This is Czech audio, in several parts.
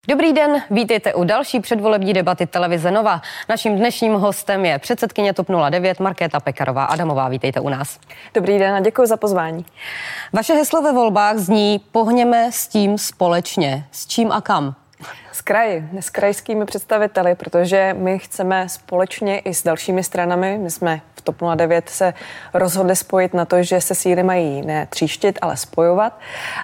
Dobrý den, vítejte u další předvolební debaty televize Nova. Naším dnešním hostem je předsedkyně TOP 09 Markéta Pekarová Adamová. Vítejte u nás. Dobrý den a děkuji za pozvání. Vaše heslo ve volbách zní: pohněme s tím společně. S čím a kam? S krajskými představiteli, protože my chceme společně i s dalšími stranami, my jsme v TOP 09 se rozhodli spojit na to, že se síly mají ne tříštit, ale spojovat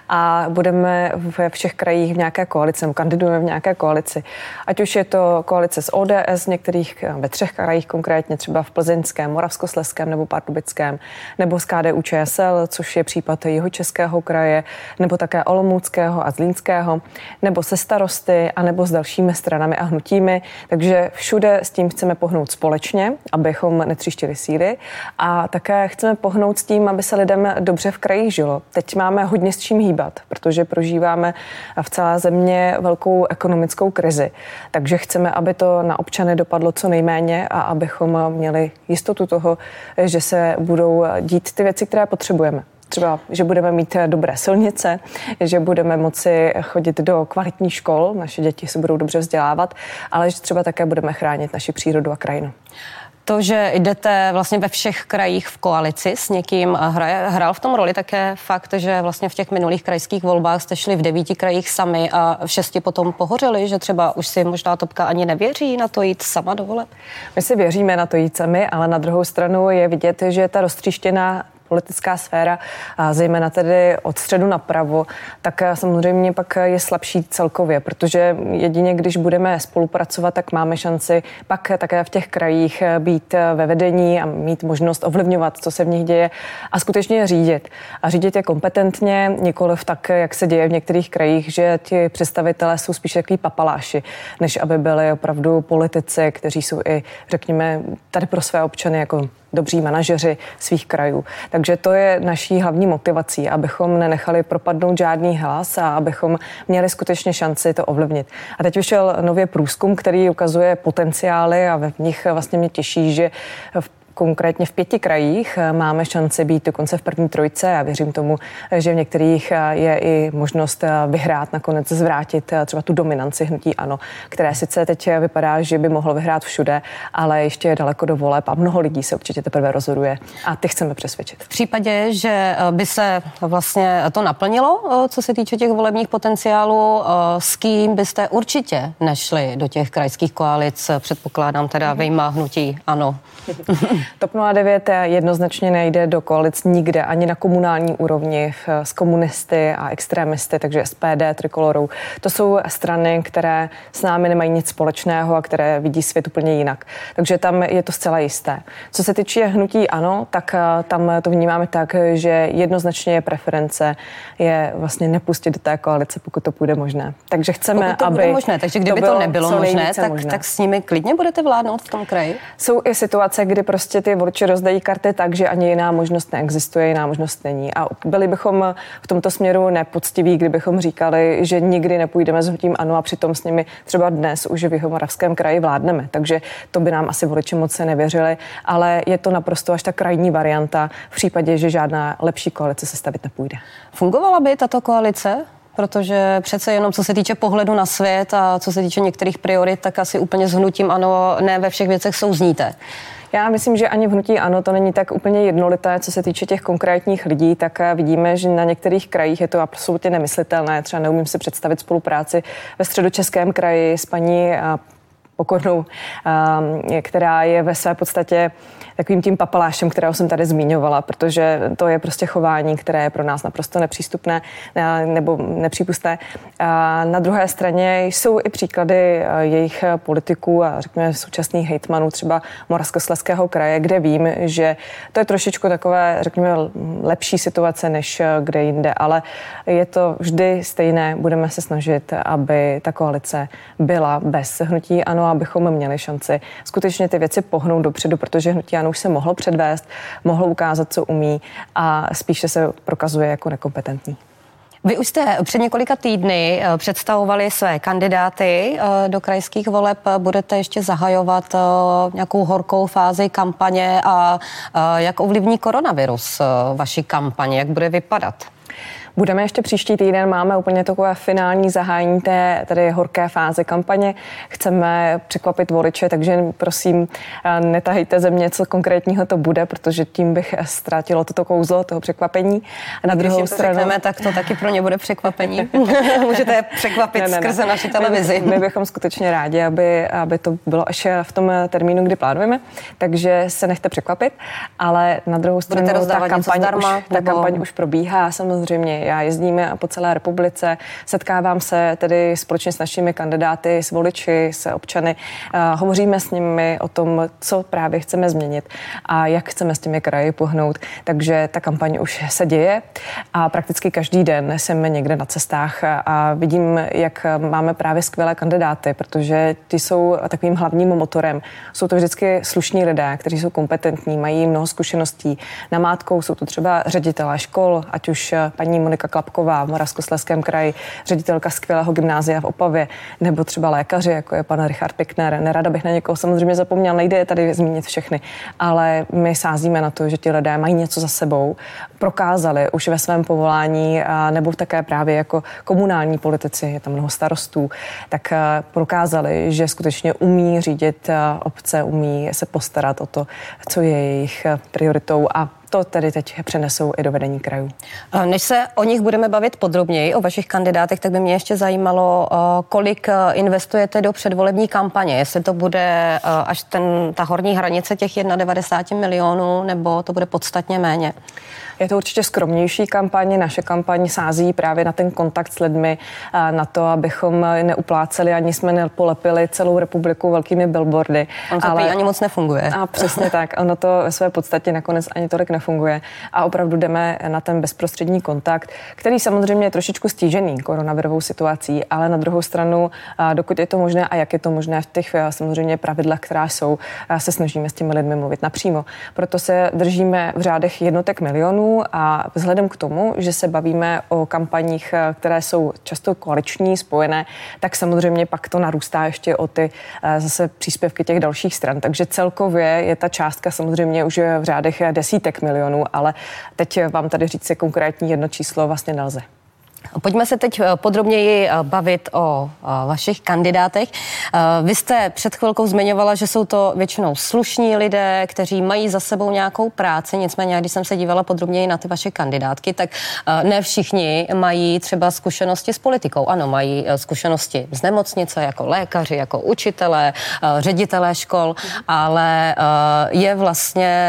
a budeme ve všech krajích v nějaké koalici, kandidujeme v nějaké koalici. Ať už je to koalice s ODS, některých ve 3 krajích konkrétně, třeba v Plzeňském, Moravskoslezském nebo Pardubickém, nebo s KDU-ČSL, což je případ Jihočeského kraje, nebo také Olomouckého a Zlínského, nebo se starosty a nebo s dalšími stranami a hnutími. Takže všude s tím chceme pohnout společně, abychom netříštili síly, a také chceme pohnout s tím, aby se lidem dobře v krajích žilo. Teď máme hodně s čím hýbat, protože prožíváme v celé země velkou ekonomickou krizi. Takže chceme, aby to na občany dopadlo co nejméně a abychom měli jistotu toho, že se budou dít ty věci, které potřebujeme. Třeba, že budeme mít dobré silnice, že budeme moci chodit do kvalitních škol, naše děti se budou dobře vzdělávat, ale že třeba také budeme chránit naši přírodu a krajinu. To, že jdete vlastně ve všech krajích v koalici s někým, hrál v tom roli také fakt, že vlastně v těch minulých krajských volbách jste šli v 9 krajích sami a v 6 potom pohořeli, že třeba už si možná Topka ani nevěří na to jít sama do voleb? My si věříme na to jít sami, ale na druhou stranu je vidět, že ta roztříštěná politická sféra, a zejména tedy od středu napravo, tak samozřejmě pak je slabší celkově, protože jedině, když budeme spolupracovat, tak máme šanci pak také v těch krajích být ve vedení a mít možnost ovlivňovat, co se v nich děje a skutečně řídit. A řídit je kompetentně, nikoliv tak, jak se děje v některých krajích, že ti představitelé jsou spíš takový papaláši, než aby byli opravdu politici, kteří jsou i, řekněme, tady pro své občany jako dobří manažeři svých krajů. Takže to je naší hlavní motivací, abychom nenechali propadnout žádný hlas a abychom měli skutečně šanci to ovlivnit. A teď vyšel nově průzkum, který ukazuje potenciály a v nich vlastně mě těší, že konkrétně v 5 krajích máme šanci být dokonce v první trojce a věřím tomu, že v některých je i možnost vyhrát, nakonec zvrátit třeba tu dominanci hnutí ANO, které sice teď vypadá, že by mohlo vyhrát všude, ale ještě je daleko do voleb a mnoho lidí se určitě teprve rozhoduje a ty chceme přesvědčit. V případě, že by se vlastně to naplnilo, co se týče těch volebních potenciálů, s kým byste určitě nešli do těch krajských koalic, předpokládám teda vyjma hnutí ANO? TOP 09 jednoznačně nejde do koalic nikde, ani na komunální úrovni s komunisty a extrémisty, takže SPD, Trikolorou. To jsou strany, které s námi nemají nic společného a které vidí svět úplně jinak. Takže tam je to zcela jisté. Co se týče hnutí ANO, tak tam to vnímáme tak, že jednoznačně je preference je vlastně nepustit do té koalice, pokud to půjde možné. Takže chceme, pokud to aby bude možné, takže kdyby to nebylo možné, tak s nimi klidně budete vládnout v tom kraji? Jsou i situace, kdy prostě ty voliči rozdají karty tak, že ani jiná možnost neexistuje, jiná možnost není. A byli bychom v tomto směru nepoctiví, kdybychom říkali, že nikdy nepůjdeme s hnutím ANO a přitom s nimi třeba dnes už v Jihomoravském kraji vládneme. Takže to by nám asi voliči moc nevěřili, ale je to naprosto až ta krajní varianta v případě, že žádná lepší koalice sestavit nepůjde. Fungovala by tato koalice? Protože přece jenom co se týče pohledu na svět a co se týče některých priorit, tak asi úplně s hnutím ANO ne ve všech věcech souzníte. Já myslím, že ani v hnutí ANO to není tak úplně jednolité, co se týče těch konkrétních lidí, tak vidíme, že na některých krajích je to absolutně nemyslitelné. Třeba neumím si představit spolupráci ve Středočeském kraji s paní Pokornou, která je ve své podstatě takovým tím papalášem, kterého jsem tady zmiňovala, protože to je prostě chování, které je pro nás naprosto nepřístupné nebo nepřípustné. Na druhé straně jsou i příklady jejich politiků a řekněme současných hejtmanů třeba Moravskoslezského kraje, kde vím, že to je trošičku takové, řekněme, lepší situace než kde jinde, ale je to vždy stejné. Budeme se snažit, aby ta koalice byla bez hnutí ANO, abychom měli šanci skutečně ty věci pohnout dopředu, protože hnutí ANO už se mohlo předvést, mohlo ukázat, co umí a spíše se prokazuje jako nekompetentní. Vy už jste před několika týdny představovali své kandidáty do krajských voleb. Budete ještě zahajovat nějakou horkou fázi kampaně a jak ovlivní koronavirus vaši kampaně, jak bude vypadat? Budeme ještě příští týden, máme úplně takové finální zahájení té tady horké fáze kampaně. Chceme překvapit voliče, takže prosím, netahejte ze mě, co konkrétního to bude, protože tím bych ztratilo toto kouzlo toho překvapení. A na druhou stranu řekneme, tak to taky pro ně bude překvapení. Můžete je překvapit skrze naši televizi. My bychom skutečně rádi, aby to bylo až v tom termínu, kdy plánujeme, takže se nechte překvapit, ale na druhou stranu ta kampaň už probíhá samozřejmě. Já jezdím po celé republice, setkávám se tedy společně s našimi kandidáty, s voliči, s občany, hovoříme s nimi o tom, co právě chceme změnit a jak chceme s těmi kraji pohnout. Takže ta kampaň už se děje a prakticky každý den jsem někde na cestách a vidím, jak máme právě skvělé kandidáty, protože ty jsou takovým hlavním motorem. Jsou to vždycky slušní lidé, kteří jsou kompetentní, mají mnoho zkušeností. Namátkou jsou to třeba ředitelé škol, ať už paní Monika Klapková v Moravskoslezském kraji, ředitelka skvělého gymnázia v Opavě, nebo třeba lékaři, jako je pan Richard Pickner. Nerada bych na někoho samozřejmě zapomněl, nejde je tady zmínit všechny, ale my sázíme na to, že ti lidé mají něco za sebou, prokázali už ve svém povolání, nebo také právě jako komunální politici, je tam mnoho starostů, tak prokázali, že skutečně umí řídit obce, umí se postarat o to, co je jejich prioritou a to tedy teď přenesou i do vedení krajů. Než se o nich budeme bavit podrobněji, o vašich kandidátech, tak by mě ještě zajímalo, kolik investujete do předvolební kampaně. Jestli to bude až ta horní hranice těch 91 milionů, nebo to bude podstatně méně? Je to určitě skromnější kampaň. Naše kampaň sází právě na ten kontakt s lidmi, na to, abychom neupláceli, ani jsme nepolepili celou republiku velkými billboardy. On to ani moc nefunguje. A přesně tak. Ono to ve své podstatě nakonec ani tolik nefunguje. A opravdu jdeme na ten bezprostřední kontakt, který samozřejmě je trošičku stížený koronavirovou situací, ale na druhou stranu, dokud je to možné a jak je to možné v těch samozřejmě pravidlech, která jsou, se snažíme s těmi lidmi mluvit napřímo. Proto se držíme v řádech jednotek milionů a vzhledem k tomu, že se bavíme o kampaních, které jsou často koaliční, spojené, tak samozřejmě pak to narůstá ještě o ty zase příspěvky těch dalších stran. Takže celkově je ta částka samozřejmě už v řádech desítek milionů, ale teď vám tady říct si konkrétní jedno číslo vlastně nelze. Pojďme se teď podrobněji bavit o vašich kandidátech. Vy jste před chvilkou zmiňovala, že jsou to většinou slušní lidé, kteří mají za sebou nějakou práci, nicméně, když jsem se dívala podrobněji na ty vaše kandidátky, tak ne všichni mají třeba zkušenosti s politikou. Ano, mají zkušenosti z nemocnice, jako lékaři, jako učitelé, ředitelé škol, ale je vlastně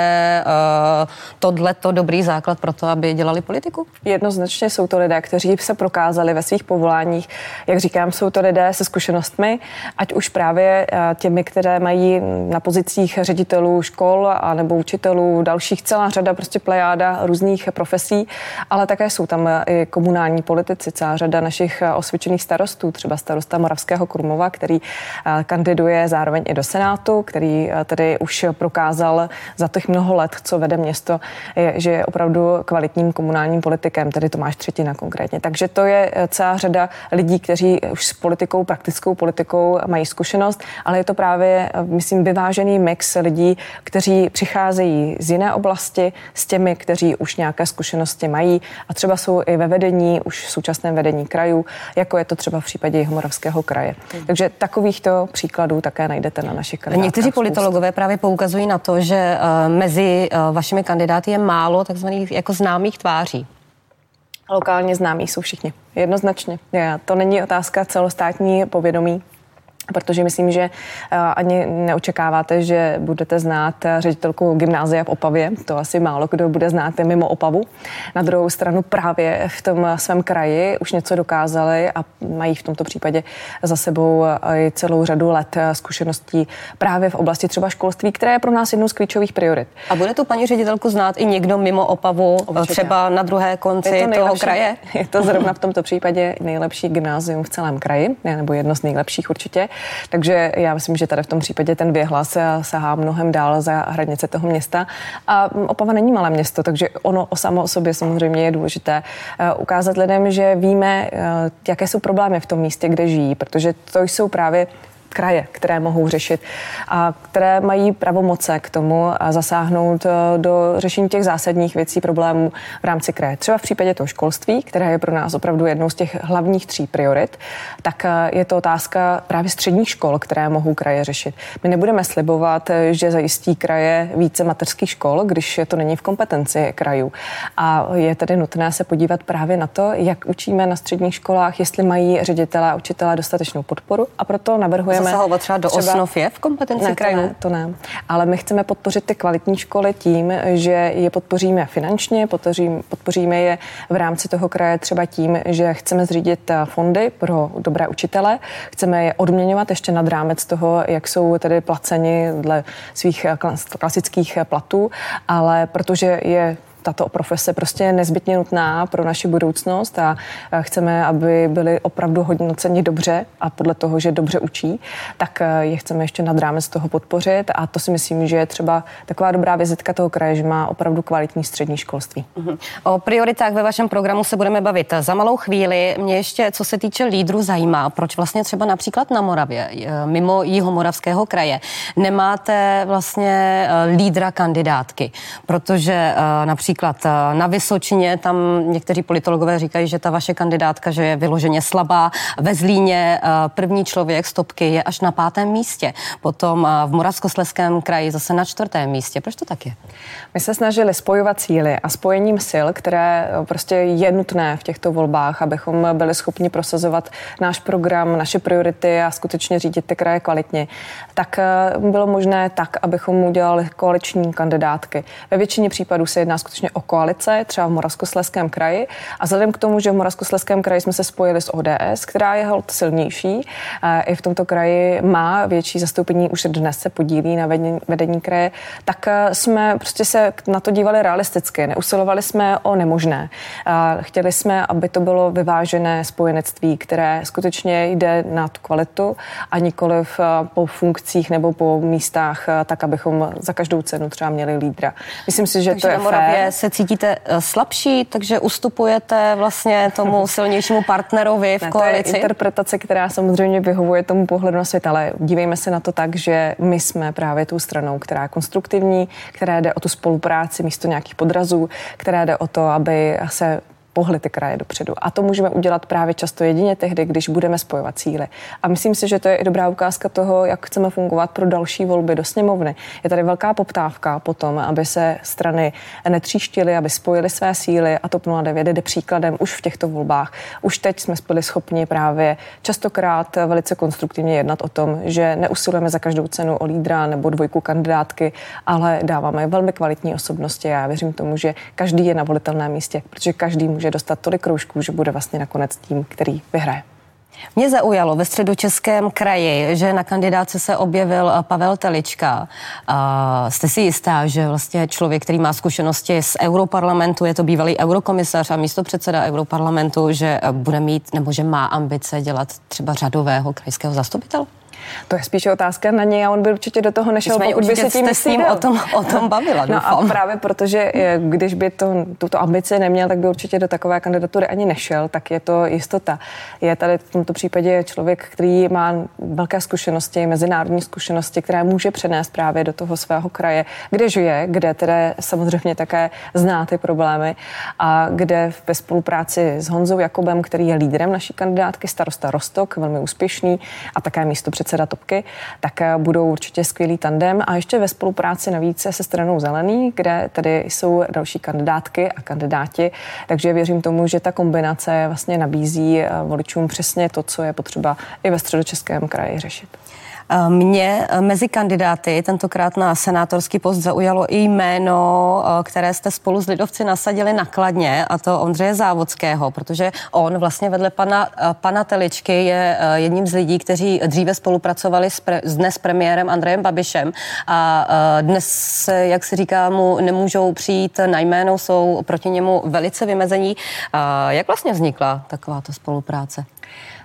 tohleto dobrý základ pro to, aby dělali politiku? Jednoznačně jsou to lidé, kteří se prokázali ve svých povoláních. Jak říkám, jsou to lidé se zkušenostmi, ať už právě těmi, které mají na pozicích ředitelů škol a nebo učitelů, dalších celá řada prostě plejáda různých profesí, ale také jsou tam i komunální politici, celá řada našich osvědčených starostů, třeba starosta Moravského Krumlova, který kandiduje zároveň i do Senátu, který tedy už prokázal za těch mnoho let, co vede město, že je opravdu kvalitním komunálním politikem, tedy Tomáš Třetina konkrétně. Takže to je celá řada lidí, kteří už s politikou, praktickou politikou mají zkušenost, ale je to právě, myslím, vyvážený mix lidí, kteří přicházejí z jiné oblasti, s těmi, kteří už nějaké zkušenosti mají a třeba jsou i ve vedení, už v současném vedení krajů, jako je to třeba v případě Jihomoravského kraje. Takže takovýchto příkladů také najdete na našich kandidátkách. Někteří politologové právě poukazují na to, že mezi vašimi kandidáty je málo takzvaných jako známých tváří. Lokálně známí jsou všichni. Jednoznačně. To není otázka celostátní povědomí, protože myslím, že ani neočekáváte, že budete znát ředitelku gymnázia v Opavě. To asi málo kdo bude znát mimo Opavu. Na druhou stranu právě v tom svém kraji už něco dokázali a mají v tomto případě za sebou i celou řadu let zkušeností právě v oblasti třeba školství, které je pro nás jednou z klíčových priorit. A bude tu paní ředitelku znát i někdo mimo Opavu, třeba na druhé konci toho kraje? Je to zrovna v tomto případě nejlepší gymnázium v celém kraji, nebo jedno z nejlepších určitě. Takže já myslím, že tady v tom případě ten věhlas sahá mnohem dál za hranice toho města. A Opava není malé město, takže ono samo o sobě samozřejmě je důležité ukázat lidem, že víme, jaké jsou problémy v tom místě, kde žijí, protože to jsou právě kraje, které mohou řešit a které mají pravomoce k tomu zasáhnout do řešení těch zásadních věcí, problémů v rámci kraje. Třeba v případě toho školství, které je pro nás opravdu jednou z těch hlavních 3 priorit, tak je to otázka právě středních škol, které mohou kraje řešit. My nebudeme slibovat, že zajistí kraje více mateřských škol, když to není v kompetenci krajů. A je tedy nutné se podívat právě na to, jak učíme na středních školách, jestli mají ředitelé a učitelé dostatečnou podporu, a proto navrhujeme zasahovat třeba do osnov je v kompetenci krajů? To ne. Ale my chceme podpořit ty kvalitní školy tím, že je podpoříme finančně, podpoříme je v rámci toho kraje třeba tím, že chceme zřídit fondy pro dobré učitele, chceme je odměňovat ještě nad rámec toho, jak jsou tedy placeni dle svých klasických platů, ale protože je tato profese prostě nezbytně nutná pro naši budoucnost a chceme, aby byli opravdu hodnoceni dobře a podle toho, že dobře učí, tak je chceme ještě nad rámec toho podpořit a to si myslím, že je třeba taková dobrá vizitka toho kraje, že má opravdu kvalitní střední školství. O prioritách ve vašem programu se budeme bavit za malou chvíli. Mě ještě, co se týče lídrů, zajímá, proč vlastně třeba například na Moravě, mimo Jihomoravského kraje, nemáte vlastně lídra kandidátky, protože například na Vysočině, tam někteří politologové říkají, že ta vaše kandidátka, že je vyloženě slabá. Ve Zlíně první člověk z topky je až na 5. místě. Potom v Moravskoslezském kraji zase na 4. místě. Proč to tak je? My se snažili spojovat síly a spojením sil, které prostě je nutné v těchto volbách, abychom byli schopni prosazovat náš program, naše priority a skutečně řídit ty kraje kvalitně, tak bylo možné tak, abychom udělali koaliční kandidátky. Ve většině případů se jedná skutečně o koalice, třeba v Moravskoslezském kraji. A vzhledem k tomu, že v Moravskoslezském kraji jsme se spojili s ODS, která je holt silnější, i v tomto kraji má větší zastoupení, už dnes se podílí na vedení kraje, tak jsme prostě se na to dívali realisticky. Neusilovali jsme o nemožné. Chtěli jsme, aby to bylo vyvážené spojenectví, které skutečně jde na tu kvalitu a nikoliv po funkcích nebo po místách, tak abychom za každou cenu třeba měli lídra. Myslím si, že takže to je fér. Se cítíte slabší, takže ustupujete vlastně tomu silnějšímu partnerovi v koalici? To je interpretace, která samozřejmě vyhovuje tomu pohledu na svět, ale dívejme se na to tak, že my jsme právě tou stranou, která je konstruktivní, která jde o tu spolupráci místo nějakých podrazů, která jde o to, aby se pohli ty kraje dopředu. A to můžeme udělat právě často jedině tehdy, když budeme spojovat síly. A myslím si, že to je i dobrá ukázka toho, jak chceme fungovat pro další volby do sněmovny. Je tady velká poptávka po tom, aby se strany netříštily, aby spojily své síly a TOP 09 jde příkladem už v těchto volbách. Už teď jsme byli schopni právě častokrát velice konstruktivně jednat o tom, že neusilujeme za každou cenu o lídra nebo 2 kandidátky, ale dáváme velmi kvalitní osobnosti. Já věřím tomu, že každý je na volitelném místě, protože každý může dostat tolik kroužků, že bude vlastně nakonec tím, který vyhraje. Mě zaujalo ve Středočeském kraji, že na kandidáce se objevil Pavel Telička. Jste si jistá, že vlastně člověk, který má zkušenosti z Europarlamentu, je to bývalý eurokomisař a místopředseda Europarlamentu, že bude mít nebo že má ambice dělat třeba řadového krajského zastupitele? To je spíše otázka na něj a on by určitě do toho nešel, pokud by se tím s ním o tom bavila. No a právě protože, když by tuto ambici neměl, tak by určitě do takové kandidatury ani nešel, tak je to jistota. Je tady v tomto případě člověk, který má velké zkušenosti, mezinárodní zkušenosti, které může přenést právě do toho svého kraje, kde žije, kde tedy samozřejmě také zná ty problémy a kde ve spolupráci s Honzou Jakobem, který je lídrem naší kandidátky, starosta Roztok, velmi úspěšný a také místopředseda Topky, tak budou určitě skvělý tandem a ještě ve spolupráci navíc se Stranou Zelený, kde tady jsou další kandidátky a kandidáti, takže věřím tomu, že ta kombinace vlastně nabízí voličům přesně to, co je potřeba i ve Středočeském kraji řešit. Mě mezi kandidáty tentokrát na senátorský post zaujalo i jméno, které jste spolu s lidovci nasadili na Kladně, a to Ondřeje Závodského, protože on vlastně vedle pana Teličky je jedním z lidí, kteří dříve spolupracovali s premiérem Andrejem Babišem a dnes, jak se říká, mu nemůžou přijít na jméno, jsou proti němu velice vymezení. Jak vlastně vznikla takováto spolupráce?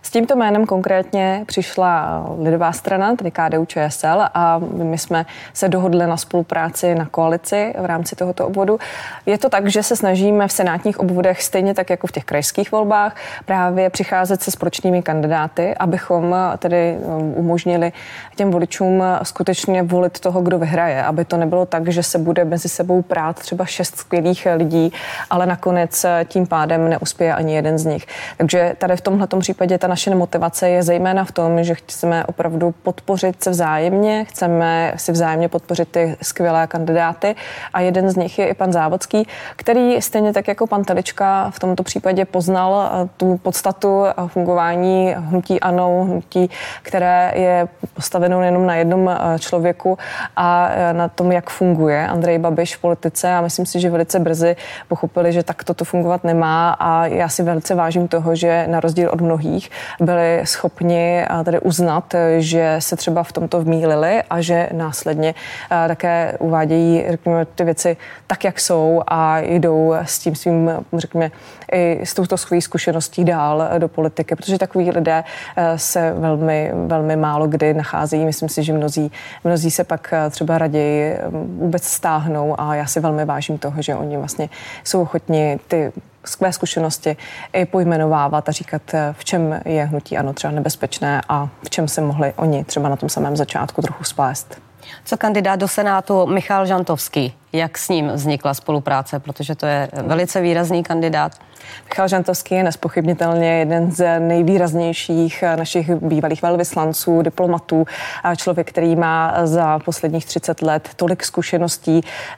S tímto jménem konkrétně přišla lidová strana, tedy KDU-ČSL, a my jsme se dohodli na spolupráci na koalici v rámci tohoto obvodu. Je to tak, že se snažíme v senátních obvodech, stejně tak jako v těch krajských volbách, právě přicházet se společnými kandidáty, abychom tedy umožnili těm voličům skutečně volit toho, kdo vyhraje, aby to nebylo tak, že se bude mezi sebou prát třeba 6 skvělých lidí, ale nakonec tím pádem neuspěje ani jeden z nich. Takže tady v tomhletom případě ta naše motivace je zejména v tom, že chceme opravdu podpořit se vzájemně, chceme si vzájemně podpořit ty skvělé kandidáty a jeden z nich je i pan Závodský, který stejně tak jako pan Telička v tomto případě poznal tu podstatu fungování hnutí ANO, hnutí, které je postaveno jenom na jednom člověku a na tom, jak funguje Andrej Babiš v politice, a myslím si, že velice brzy pochopili, že tak toto fungovat nemá, a já si velice vážím toho, že na rozdíl od mnohých byli schopni tady uznat, že se třeba v tomto vmýlili a že následně také uvádějí, řekněme, ty věci tak, jak jsou, a jdou s tím svým, řekněme, i s touto svojí zkušeností dál do politiky, protože takový lidé se velmi, velmi málo kdy nacházejí. Myslím si, že mnozí se pak třeba raději vůbec stáhnou, a já si velmi vážím toho, že oni vlastně jsou ochotni ty své zkušenosti i pojmenovávat a říkat, v čem je hnutí ANO třeba nebezpečné a v čem se mohli oni třeba na tom samém začátku trochu splést. Co kandidát do Senátu Michal Žantovský? Jak s ním vznikla spolupráce, protože to je velice výrazný kandidát? Michal Žantovský je nezpochybnitelně jeden z nejvýraznějších našich bývalých velvyslanců, diplomatů, člověk, který má za posledních 30 let tolik zkušeností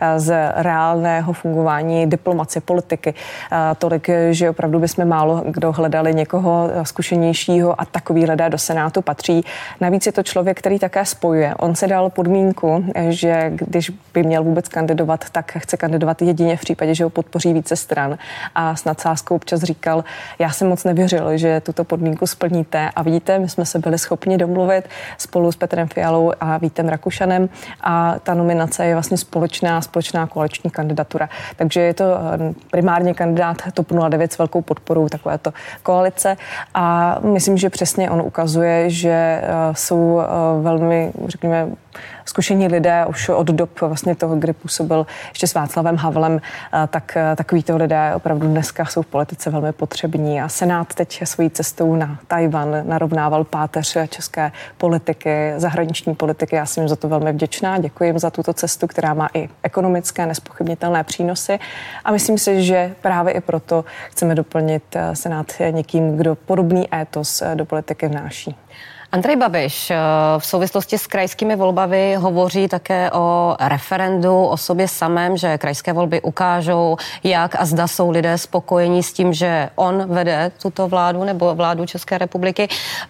z reálného fungování diplomacie, politiky, tolik, že opravdu bychom málo kdo hledali někoho zkušenějšího, a takový lidé do Senátu patří. Navíc je to člověk, který také spojuje. On se dal podmínku, že když by měl vůbec kandidovat, tak chce kandidovat jedině v případě, že ho podpoří více stran, a s nadsázkou občas říkal, já jsem moc nevěřil, že tuto podmínku splníte, a vidíte, my jsme se byli schopni domluvit spolu s Petrem Fialou a Vítem Rakušanem, a ta nominace je vlastně společná koaliční kandidatura. Takže je to primárně kandidát TOP 09 s velkou podporou takovéto koalice, a myslím, že přesně on ukazuje, že jsou velmi, řekněme, zkušení lidé už od dob vlastně toho, kdy působil ještě s Václavem Havlem, tak takovýto lidé opravdu dneska jsou v politice velmi potřební, a Senát teď svojí cestou na Tchaj-wan narovnával páteř české politiky, zahraniční politiky. Já jsem jim za to velmi vděčná, děkuji jim za tuto cestu, která má i ekonomické nezpochybnitelné přínosy, a myslím si, že právě i proto chceme doplnit Senát někým, kdo podobný étos do politiky vnáší. Andrej Babiš v souvislosti s krajskými volbami hovoří také o referendu, o sobě samém, že krajské volby ukážou, jak a zda jsou lidé spokojení s tím, že on vede tuto vládu nebo vládu České republiky.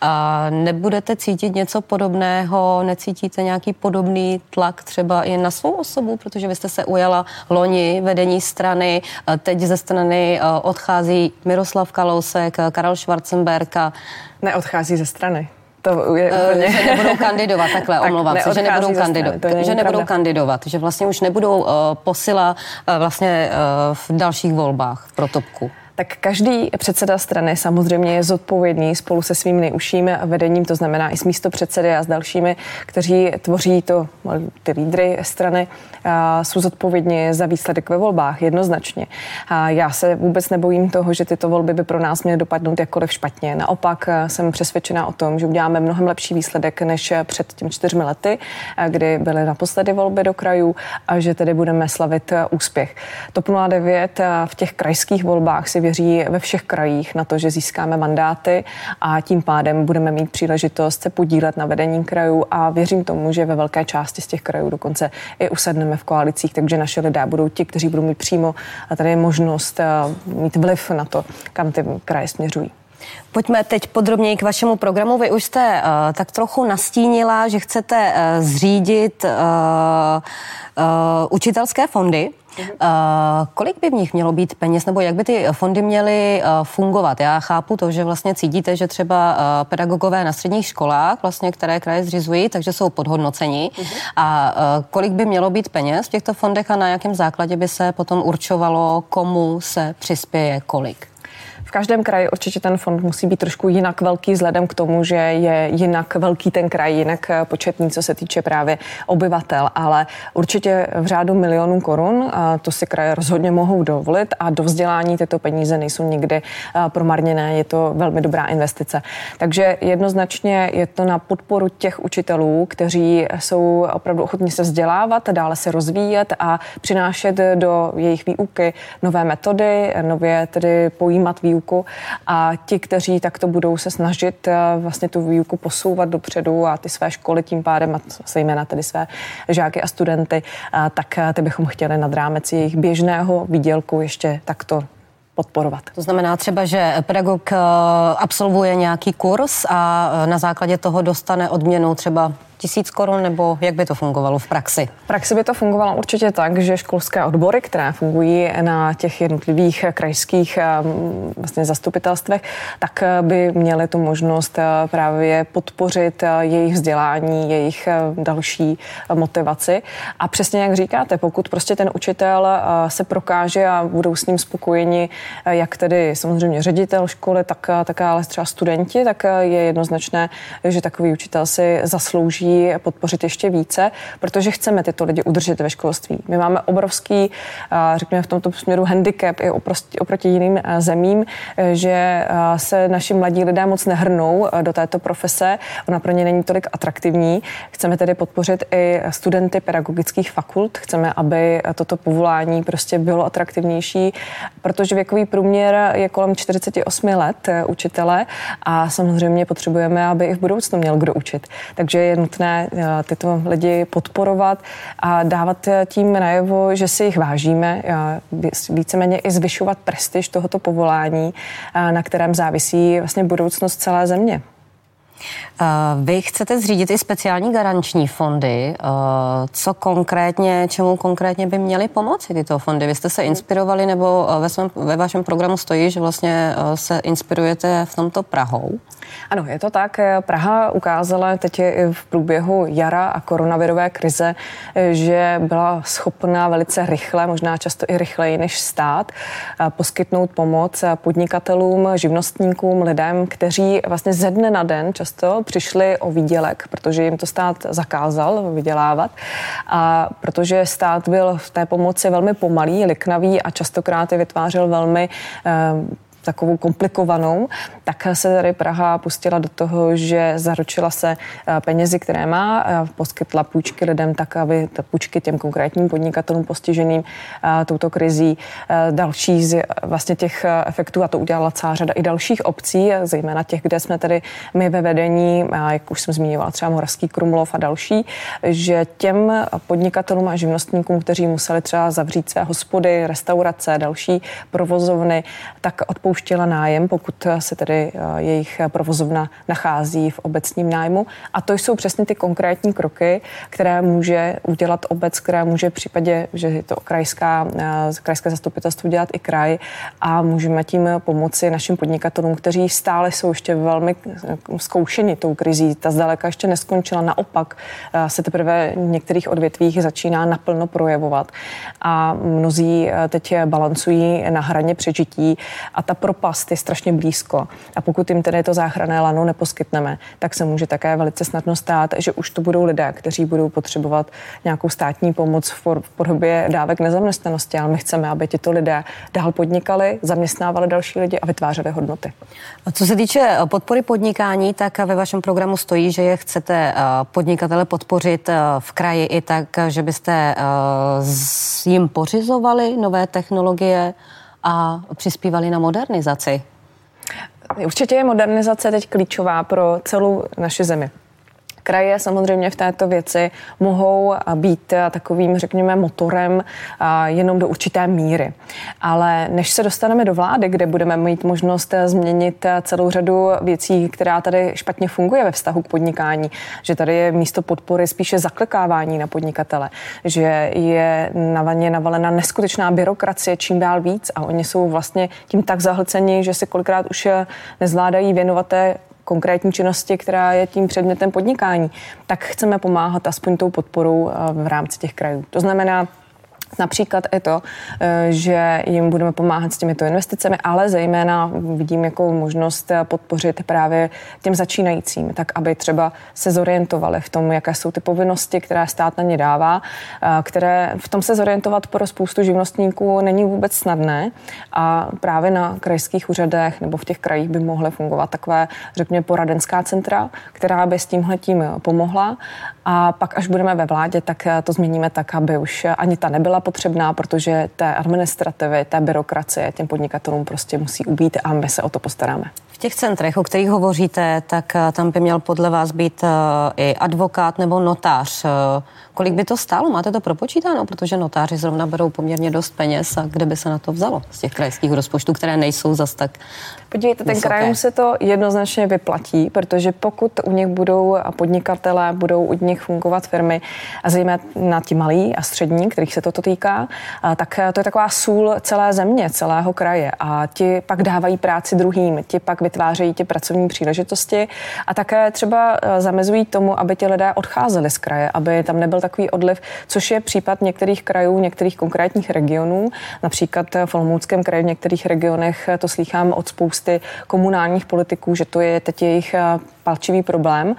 Nebudete cítit něco podobného, necítíte nějaký podobný tlak třeba i na svou osobu, protože vy jste se ujala loni vedení strany, teď ze strany odchází Miroslav Kalousek, Karel Schwarzenberg. Neodchází ze strany. To je úplně... Že nebudou kandidovat, takhle, omlouvám se, že nebudou kandidovat, že vlastně už nebudou posila vlastně v dalších volbách pro topku. Tak každý předseda strany samozřejmě je zodpovědný spolu se svým nejužším vedením, to znamená i s místopředsedy a s dalšími, kteří tvoří ty lídry strany, jsou zodpovědní za výsledek ve volbách, jednoznačně. Já se vůbec nebojím toho, že tyto volby by pro nás měly dopadnout jakkoliv špatně. Naopak jsem přesvědčená o tom, že uděláme mnohem lepší výsledek než před těmi 4 lety, kdy byly naposledy volby do krajů, a že tedy budeme slavit úspěch. TOP 09 v těch krajských volbách si věří ve všech krajích na to, že získáme mandáty, a tím pádem budeme mít příležitost se podílet na vedení krajů, a věřím tomu, že ve velké části z těch krajů dokonce i usedneme v koalicích, takže naše lidé budou ti, kteří budou mít přímo tady možnost mít vliv na to, kam ty kraje směřují. Pojďme teď podrobněji k vašemu programu. Vy už jste tak trochu nastínila, že chcete zřídit učitelské fondy. Kolik by v nich mělo být peněz, nebo jak by ty fondy měly fungovat? Já chápu to, že vlastně cítíte, že třeba pedagogové na středních školách, vlastně, které kraje zřizují, takže jsou podhodnoceni. A kolik by mělo být peněz v těchto fondech a na jakém základě by se potom určovalo, komu se přispěje kolik? V každém kraji určitě ten fond musí být trošku jinak velký vzhledem k tomu, že je jinak velký ten kraj, jinak početný, co se týče právě obyvatel, ale určitě v řádu milionů korun, to si kraje rozhodně mohou dovolit a do vzdělání tyto peníze nejsou nikdy promarněné, je to velmi dobrá investice. Takže jednoznačně je to na podporu těch učitelů, kteří jsou opravdu ochotní se vzdělávat, dále se rozvíjet a přinášet do jejich výuky nové metody, nově tedy pojímat výuku a ti, kteří takto budou se snažit vlastně tu výuku posouvat dopředu a ty své školy tím pádem, a zejména tedy své žáky a studenty, tak ty bychom chtěli nad rámec jejich běžného výdělku ještě takto podporovat. To znamená třeba, že pedagog absolvuje nějaký kurz a na základě toho dostane odměnu třeba 1000 korun, nebo jak by to fungovalo v praxi? V praxi by to fungovalo určitě tak, že školské odbory, které fungují na těch jednotlivých krajských vlastně zastupitelstvech, tak by měly tu možnost právě podpořit jejich vzdělání, jejich další motivaci. A přesně jak říkáte, pokud prostě ten učitel se prokáže a budou s ním spokojeni, jak tedy samozřejmě ředitel školy, tak ale třeba studenti, tak je jednoznačné, že takový učitel si zaslouží podpořit ještě více, protože chceme tyto lidi udržet ve školství. My máme obrovský, řekněme v tomto směru handicap i oproti jiným zemím, že se naši mladí lidé moc nehrnou do této profese. Ona pro ně není tolik atraktivní. Chceme tedy podpořit i studenty pedagogických fakult. Chceme, aby toto povolání prostě bylo atraktivnější, protože věkový průměr je kolem 48 let učitele a samozřejmě potřebujeme, aby i v budoucnu měl kdo učit. Takže je nutné tyto lidi podporovat a dávat tím najevo, že si jich vážíme, víceméně i zvyšovat prestiž tohoto povolání, na kterém závisí vlastně budoucnost celé země. Vy chcete zřídit i speciální garanční fondy. Čemu konkrétně by měly pomoci tyto fondy? Vy jste se inspirovali, nebo ve vašem programu stojí, že vlastně se inspirujete v tomto Prahou? Ano, je to tak. Praha ukázala teď i v průběhu jara a koronavirové krize, že byla schopná velice rychle, možná často i rychleji než stát, poskytnout pomoc podnikatelům, živnostníkům, lidem, kteří vlastně ze dne na den často přišli o výdělek, protože jim to stát zakázal vydělávat a protože stát byl v té pomoci velmi pomalý, liknavý a častokrát je vytvářel velmi takovou komplikovanou, tak se tady Praha pustila do toho, že zaručila se penězi, které má, poskytla půjčky lidem tak, aby ta půjčky těm konkrétním podnikatelům postiženým touto krizí, další z vlastně těch efektů, a to udělala celá řada i dalších obcí, zejména těch, kde jsme tady my ve vedení, jak už jsem zmiňovala, třeba Moravský Krumlov a další, že těm podnikatelům a živnostníkům, kteří museli třeba zavřít své hospody, restaurace, další provozovny, tak odpouštěla nájem, pokud se tedy jejich provozovna nachází v obecním nájmu. A to jsou přesně ty konkrétní kroky, které může udělat obec, která může v případě, že je to krajské zastupitelstvo dělat i kraj a můžeme tím pomoci našim podnikatelům, kteří stále jsou ještě velmi zkoušeni tou krizí. Ta zdaleka ještě neskončila, naopak se teprve v některých odvětvích začíná naplno projevovat a mnozí teď balancují na hraně přežití a ta propast je strašně blízko. A pokud jim tedy to záchranné lano neposkytneme, tak se může také velice snadno stát, že už to budou lidé, kteří budou potřebovat nějakou státní pomoc v podobě dávek nezaměstnanosti, ale my chceme, aby tito lidé dál podnikali, zaměstnávali další lidi a vytvářeli hodnoty. A co se týče podpory podnikání, tak ve vašem programu stojí, že je chcete podnikatele podpořit v kraji i tak, že byste jim pořizovali nové technologie a přispívali na modernizaci. Určitě je modernizace teď klíčová pro celou naši zemi. Kraje samozřejmě v této věci mohou být takovým, řekněme, motorem jenom do určité míry. Ale než se dostaneme do vlády, kde budeme mít možnost změnit celou řadu věcí, která tady špatně funguje ve vztahu k podnikání, že tady je místo podpory spíše zaklekávání na podnikatele, že je na ně navalena neskutečná byrokracie čím dál víc a oni jsou vlastně tím tak zahlceni, že si kolikrát už nezvládají věnovat té konkrétní činnosti, která je tím předmětem podnikání, tak chceme pomáhat aspoň tou podporou v rámci těch krajů. To znamená Například i to, že jim budeme pomáhat s těmito investicemi, ale zejména vidím jako možnost podpořit právě těm začínajícím, tak aby třeba se zorientovali v tom, jaké jsou ty povinnosti, které stát na ně dává, které v tom se zorientovat pro spoustu živnostníků není vůbec snadné a právě na krajských úřadech nebo v těch krajích by mohly fungovat takové, řekněme, poradenská centra, která by s tímhletím pomohla a pak, až budeme ve vládě, tak to změníme tak, aby už ani ta nebyla potřebná, protože té administrativy, té byrokracie těm podnikatelům prostě musí ubýt a my se o to postaráme. V těch centrech, o kterých hovoříte, tak tam by měl podle vás být i advokát nebo notář. Kolik by to stálo? Máte to propočítáno? Protože notáři zrovna berou poměrně dost peněz a kde by se na to vzalo z těch krajských rozpočtů, které nejsou zas tak Podívejte, ten vysoké. krajům se to jednoznačně vyplatí, protože pokud u nich budou podnikatelé, budou u nich fungovat firmy, a zejména ti malí a střední, kterých se toto týká, tak to je taková sůl celé země, celého kraje a ti pak dávají práci druhým, ti pak vytvářejí ty pracovní příležitosti a také třeba zamezují tomu, aby ti lidé odcházeli z kraje, aby tam nebyl takový odliv, což je případ některých krajů, některých konkrétních regionů. Například v Olomouckém kraji v některých regionech to slýchám od spousty komunálních politiků, že to je teď jejich palčivý problém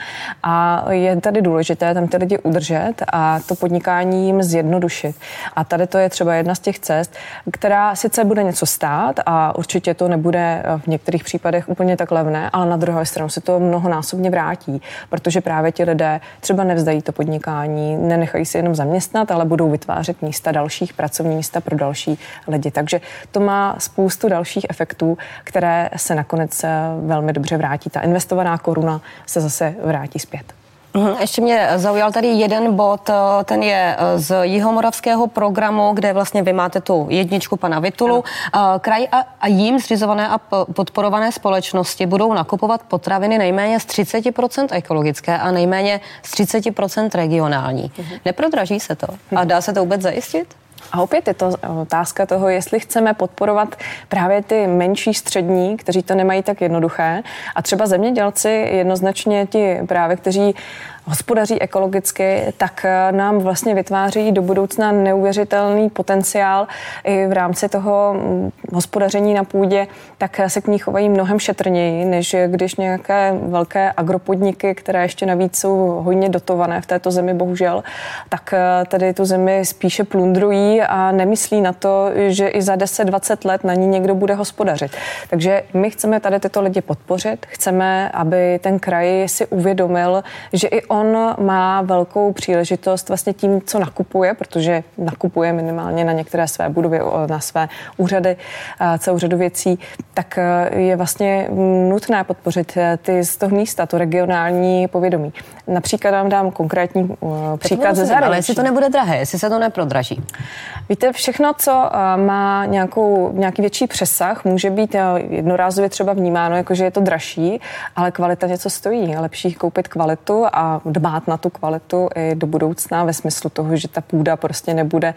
a je tady důležité tam ty lidi udržet a to podnikání jim zjednodušit. A tady to je třeba jedna z těch cest, která sice bude něco stát a určitě to nebude v některých případech úplně tak levné, ale na druhé straně se to mnohonásobně vrátí, protože právě ti lidé třeba nevzdají to podnikání, nenechají se jenom zaměstnat, ale budou vytvářet místa dalších, pracovní místa pro další lidi. Takže to má spoustu dalších efektů, které se nakonec velmi dobře vrátí. Ta investovaná koruna se zase vrátí zpět. Ještě mě zaujal tady jeden bod, ten je z jihomoravského programu, kde vlastně vy máte tu jedničku pana Vytulu. Kraj a jím zřizované a podporované společnosti budou nakupovat potraviny nejméně z 30% ekologické a nejméně z 30% regionální. Neprodraží se to? A dá se to vůbec zajistit? A opět je to otázka toho, jestli chceme podporovat právě ty menší střední, kteří to nemají tak jednoduché. A třeba zemědělci jednoznačně ti právě, kteří hospodaří ekologicky, tak nám vlastně vytváří do budoucna neuvěřitelný potenciál i v rámci toho hospodaření na půdě, tak se k ní chovají mnohem šetrněji, než když nějaké velké agropodniky, které ještě navíc jsou hodně dotované v této zemi, bohužel, tak tady tu zemi spíše plundrují a nemyslí na to, že i za 10-20 let na ní někdo bude hospodařit. Takže my chceme tady tyto lidi podpořit, chceme, aby ten kraj si uvědomil, že i on má velkou příležitost vlastně tím, co nakupuje, protože nakupuje minimálně na některé své budovy, na své úřady, celou řadu věcí, tak je vlastně nutné podpořit ty z toho místa, to regionální povědomí. Například vám dám konkrétní příklad ze zahraničí. Ale jestli to nebude drahé, jestli se to neprodraží. Víte, všechno, co má nějaký větší přesah, může být jednorázově třeba vnímáno, jako že je to dražší, ale kvalita něco stojí. Je lepší koupit kvalitu a dbát na tu kvalitu i do budoucna ve smyslu toho, že ta půda prostě nebude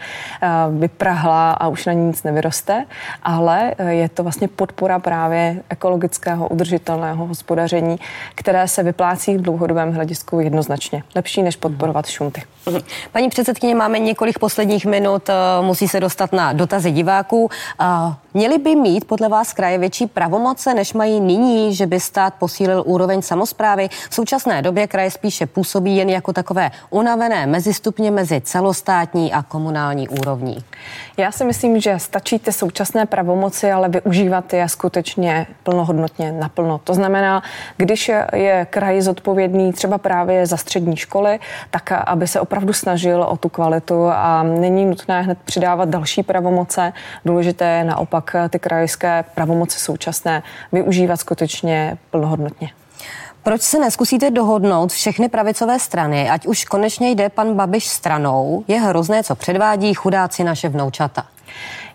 vyprahlá a už na ní nic nevyroste, ale je to vlastně podpora právě ekologického, udržitelného hospodaření, které se vyplácí v dlouhodobém hledisku jednoznačně. Lepší, než podporovat šunty. Paní předsedkyně, máme několik posledních minut, musí se dostat na dotazy diváků. Měli by mít podle vás kraje větší pravomoce, než mají nyní, že by stát posílil úroveň samosprávy? V současné době kraje spíše působí jen jako takové unavené mezistupně mezi celostátní a komunální úrovní. Já si myslím, že stačí ty současné pravomoci, ale využívat je skutečně plnohodnotně naplno. To znamená, když je kraj zodpovědný třeba právě za střední školy, tak aby se opravdu snažil o tu kvalitu a není nutné hned přidávat další pravomoce. Důležité je naopak ty krajské pravomoci současné využívat skutečně plnohodnotně. Proč se neskusíte dohodnout všechny pravicové strany, ať už konečně jde pan Babiš stranou? Je hrozné, co předvádí chudáci naše vnoučata.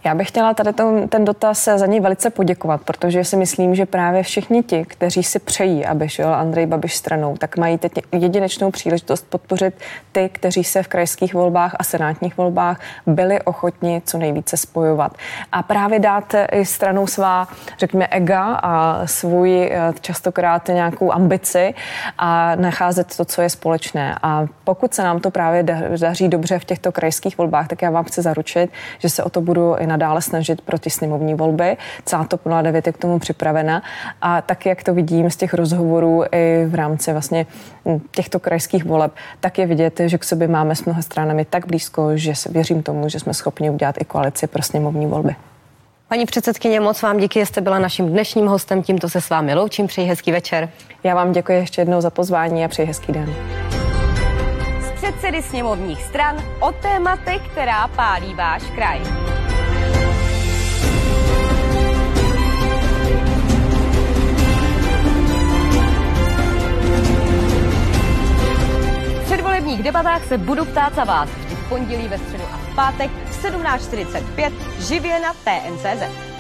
Já bych chtěla tady ten dotaz za něj velice poděkovat, protože si myslím, že právě všichni ti, kteří si přejí, aby šel Andrej Babiš stranou, tak mají teď jedinečnou příležitost podpořit ty, kteří se v krajských volbách a senátních volbách byli ochotni co nejvíce spojovat. A právě dát i stranou svá, řekněme, ega a svůj častokrát nějakou ambici a nacházet to, co je společné. A pokud se nám to právě daří dobře v těchto krajských volbách, tak já vám chci zaručit, že se o to budu i nadále snažit pro ty sněmovní volby. Celá TOP 09 je k tomu připravena. A tak, jak to vidím z těch rozhovorů i v rámci vlastně těchto krajských voleb, tak je vidět, že k sobě máme s mnoha stranami tak blízko, že věřím tomu, že jsme schopni udělat i koalici pro sněmovní volby. Paní předsedkyně, moc vám díky, že jste byla naším dnešním hostem. Tímto se s vámi loučím. Přeji hezký večer. Já vám děkuji ještě jednou za pozvání a přeji hezký den. Z předsedy sněmovních stran o tématech, která pálí váš kraj. V předvolebních debatách se budu ptát za vás vždy v pondělí, ve středu a v pátek v 17:45 živě na TNCZ.